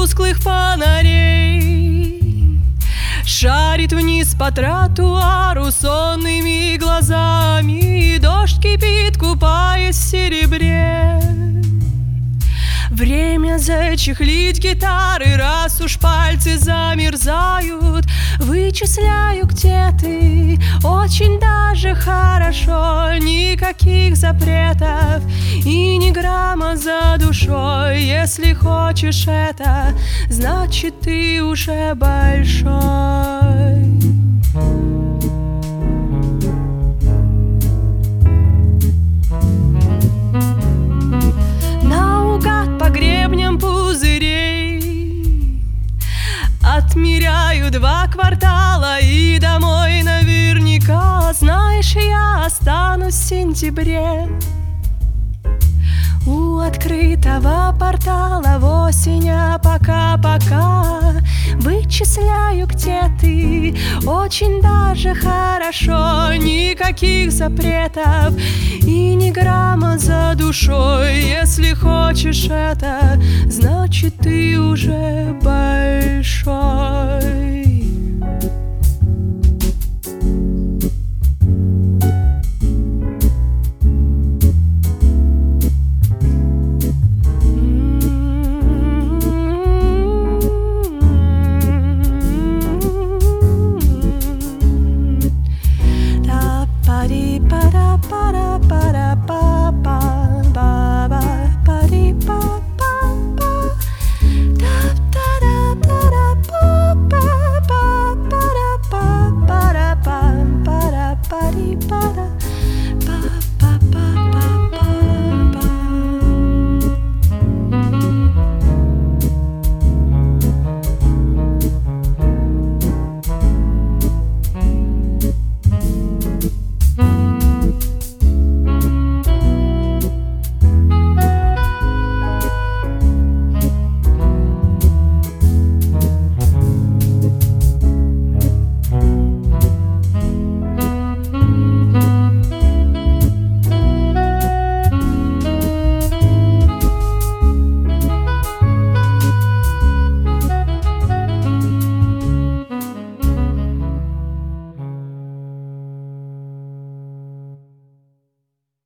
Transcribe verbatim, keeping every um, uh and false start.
тусклых фонарей, шарит вниз по тротуару сонными глазами. Дождь кипит, купаясь в серебре. Время зачехлить гитары, раз уж пальцы замерзают. Вычисляю, где ты, очень даже хорошо. Никаких запретов и ни грамма за душой. Если хочешь это, значит ты уже большой. Отмеряю два квартала и домой наверняка. Знаешь, я останусь в сентябре у открытого портала в осень, а пока-пока вычисляю, где ты, очень даже хорошо. Никаких запретов и ни грамма за душой. Если хочешь это, значит ты уже большой.